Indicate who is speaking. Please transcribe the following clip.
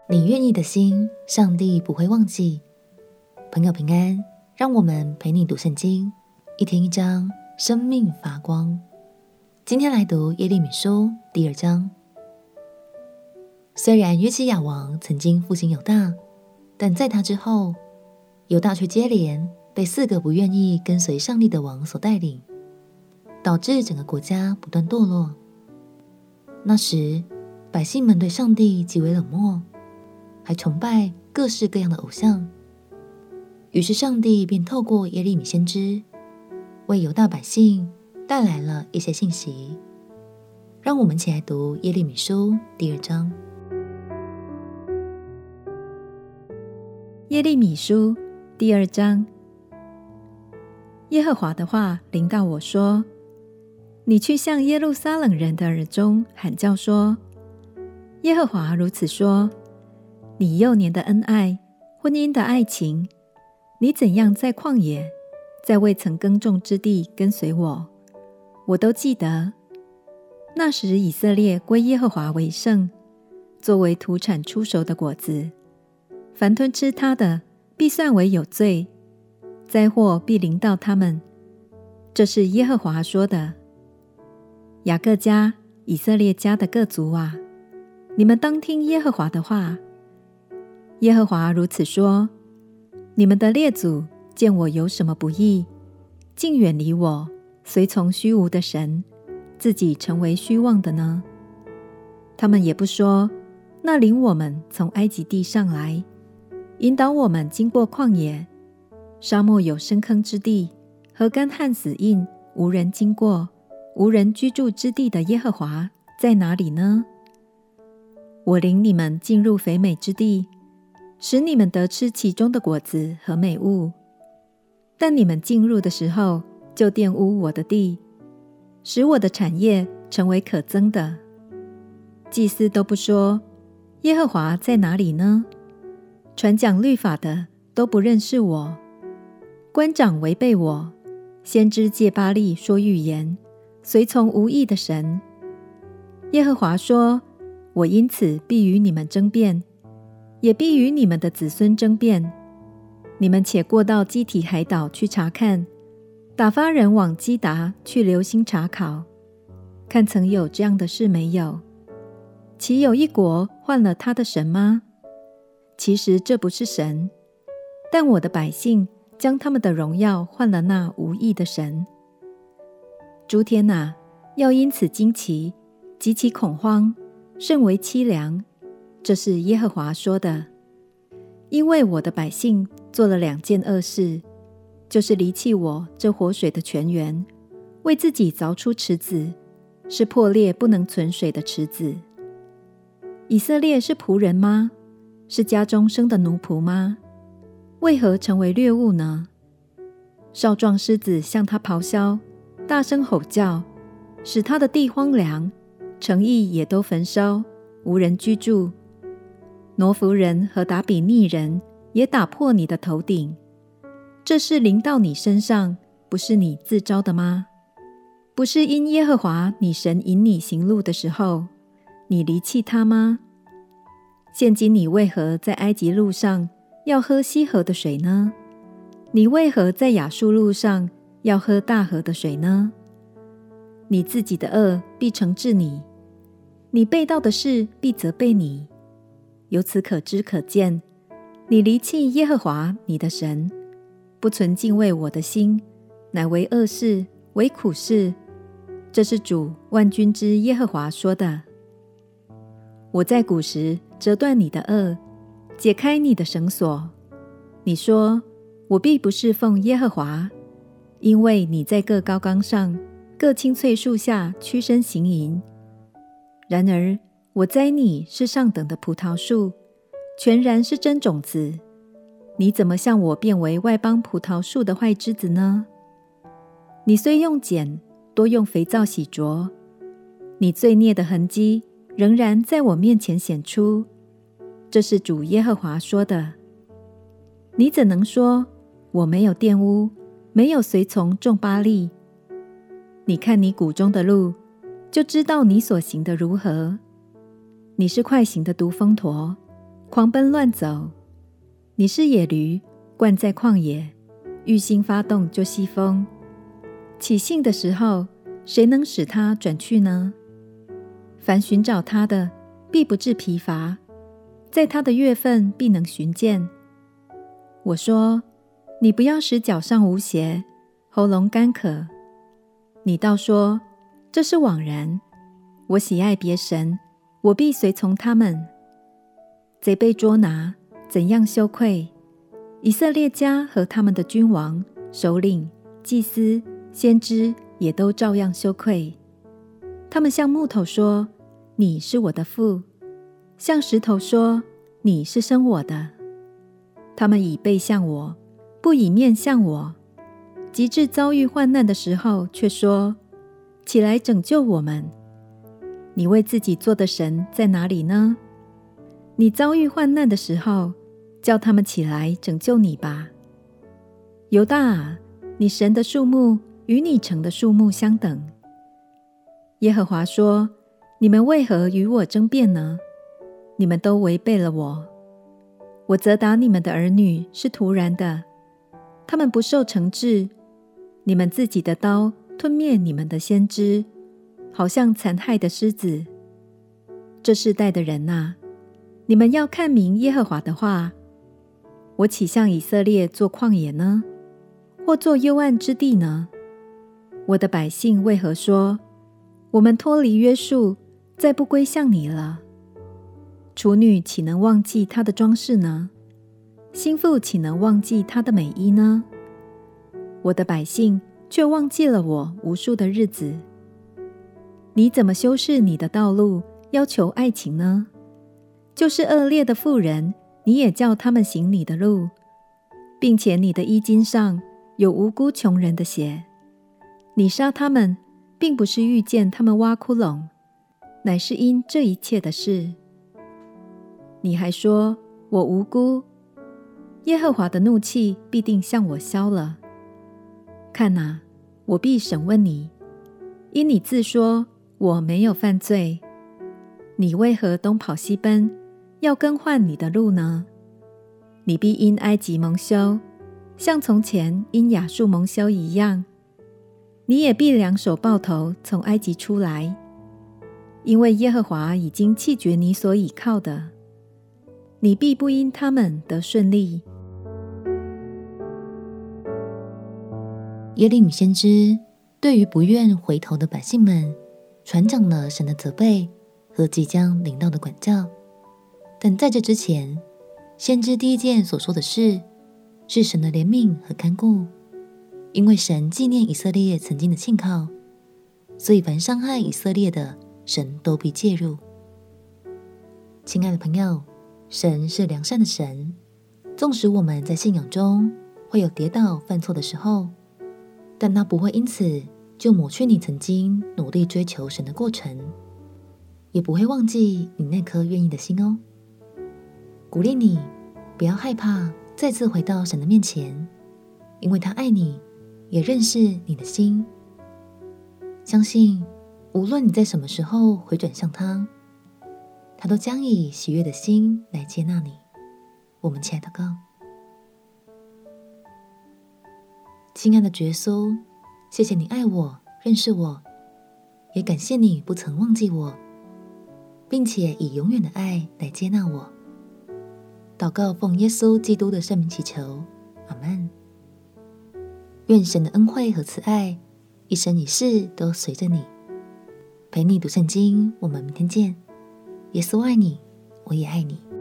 Speaker 1: 你愿意的心，上帝不会忘记。朋友平安，让我们陪你读圣经，一天一章，生命发光。今天来读耶利米书第2章。虽然约基亚王曾经复兴犹大，但在他之后，犹大却接连被4个不愿意跟随上帝的王所带领，导致整个国家不断堕落。那时，百姓们对上帝极为冷漠，还崇拜各式各样的偶像。于是上帝便透过耶利米先知，为犹大百姓带来了一些信息。让我们一起来读耶利米书第2章。
Speaker 2: 耶利米书第2章。耶和华的话临到我说：你去向耶路撒冷人的耳中喊叫说，耶和华如此说，你幼年的恩爱，婚姻的爱情，你怎样在旷野，在未曾耕种之地跟随我，我都记得。那时以色列归耶和华为圣，作为土产出熟的果子，凡吞吃他的，必算为有罪，灾祸必临到他们。这是耶和华说的。雅各家、以色列家的各族啊，你们当听耶和华的话。耶和华如此说：你们的列祖见我有什么不义，竟远离我，随从虚无的神，自己成为虚妄的呢？他们也不说，那领我们从埃及地上来，引导我们经过旷野，沙漠有深坑之地，和干旱死荫，无人经过，无人居住之地的耶和华在哪里呢？我领你们进入肥美之地，使你们得吃其中的果子和美物，但你们进入的时候，就玷污我的地，使我的产业成为可憎的。祭司都不说，耶和华在哪里呢？传讲律法的都不认识我，官长违背我，先知借巴力说预言，随从无益的神。耶和华说，我因此必与你们争辩，也必与你们的子孙争辩。你们且过到基提海岛去查看，打发人往基达去留心查考，看曾有这样的事没有？岂有一国换了他的神吗？其实这不是神，但我的百姓将他们的荣耀换了那无益的神。诸天啊，要因此惊奇，极其恐慌，甚为凄凉。这是耶和华说的。因为我的百姓做了2件恶事，就是离弃我这活水的泉源，为自己凿出池子，是破裂不能存水的池子。以色列是仆人吗？是家中生的奴仆吗？为何成为掠物呢？少壮狮子向他咆哮，大声吼叫，使他的地荒凉，城邑也都焚烧，无人居住。挪弗人和达比尼人也打破你的头顶。这事临到你身上，不是你自招的吗？不是因耶和华你神引你行路的时候，你离弃他吗？现今你为何在埃及路上要喝西河的水呢？你为何在亚述路上要喝大河的水呢？你自己的恶必惩治你，你背道的事必责备你。由此可知可见，你离弃耶和华你的神，不存敬畏我的心，乃为恶事，为苦事。这是主万军之耶和华说的。我在古时折断你的轭，解开你的绳索。你说，我必不侍奉耶和华，因为你在各高冈上、各青翠树下屈身行淫。然而我栽你是上等的葡萄树，全然是真种子。你怎么向我变为外邦葡萄树的坏枝子呢？你虽用碱，多用肥皂洗濯，你罪孽的痕迹仍然在我面前显出。这是主耶和华说的。你怎能说，我没有玷污，没有随从众巴力？你看你骨中的路，就知道你所行的如何。你是快行的独峰驼， 狂奔乱走。你是野驴，惯在旷野，欲心发动就西风。起兴的时候，谁能使它转去呢？凡寻找它的，必不致疲乏，在它的月份必能寻见。我说，你不要使脚上无鞋，喉咙干渴。你倒说，这是枉然。我喜爱别神，我必随从他们。贼被捉拿，怎样羞愧？以色列家和他们的君王、首领、祭司、先知也都照样羞愧。他们向木头说，你是我的父；向石头说，你是生我的。他们以背向我，不以面向我。及至遭遇患难的时候，却说，起来拯救我们。你为自己做的神在哪里呢？你遭遇患难的时候，叫他们起来拯救你吧。犹大啊，你神的数目与你城的数目相等。耶和华说，你们为何与我争辩呢？你们都违背了我。我责打你们的儿女是突然的，他们不受惩治。你们自己的刀吞灭你们的先知，好像残害的狮子。这世代的人啊，你们要看明耶和华的话。我岂向以色列做旷野呢？或做幽暗之地呢？我的百姓为何说，我们脱离约束，再不归向你了？处女岂能忘记她的装饰呢？心腹岂能忘记她的美衣呢？我的百姓却忘记了我无数的日子。你怎么修饰你的道路，要求爱情呢？就是恶劣的妇人，你也叫他们行你的路，并且你的衣襟上有无辜穷人的血。你杀他们，并不是遇见他们挖窟窿，乃是因这一切的事。你还说我无辜，耶和华的怒气必定向我消了。看啊，我必审问你，因你自说我没有犯罪。你为何东跑西奔，要更换你的路呢？你必因埃及蒙羞，像从前因亚述蒙羞一样。你也必两手抱头从埃及出来，因为耶和华已经弃绝你所倚靠的。你必不因他们得顺利。
Speaker 1: 耶利米先知对于不愿回头的百姓们传讲了神的责备和即将临到的管教。但在这之前，先知第一件所说的事是神的怜悯和看顾。因为神纪念以色列曾经的信靠，所以凡伤害以色列的，神都必介入。亲爱的朋友，神是良善的神，纵使我们在信仰中会有跌倒犯错的时候，但他不会因此就抹去你曾经努力追求神的过程，也不会忘记你那颗愿意的心哦。鼓励你不要害怕再次回到神的面前，因为他爱你，也认识你的心。相信无论你在什么时候回转向他，他都将以喜悦的心来接纳你。我们亲爱的祷告。亲爱的主耶稣，谢谢你爱我，认识我，也感谢你不曾忘记我，并且以永远的爱来接纳我。祷告奉耶稣基督的圣名祈求，阿们。愿神的恩惠和慈爱一生一世都随着你，陪你读圣经。我们明天见。耶稣爱你，我也爱你。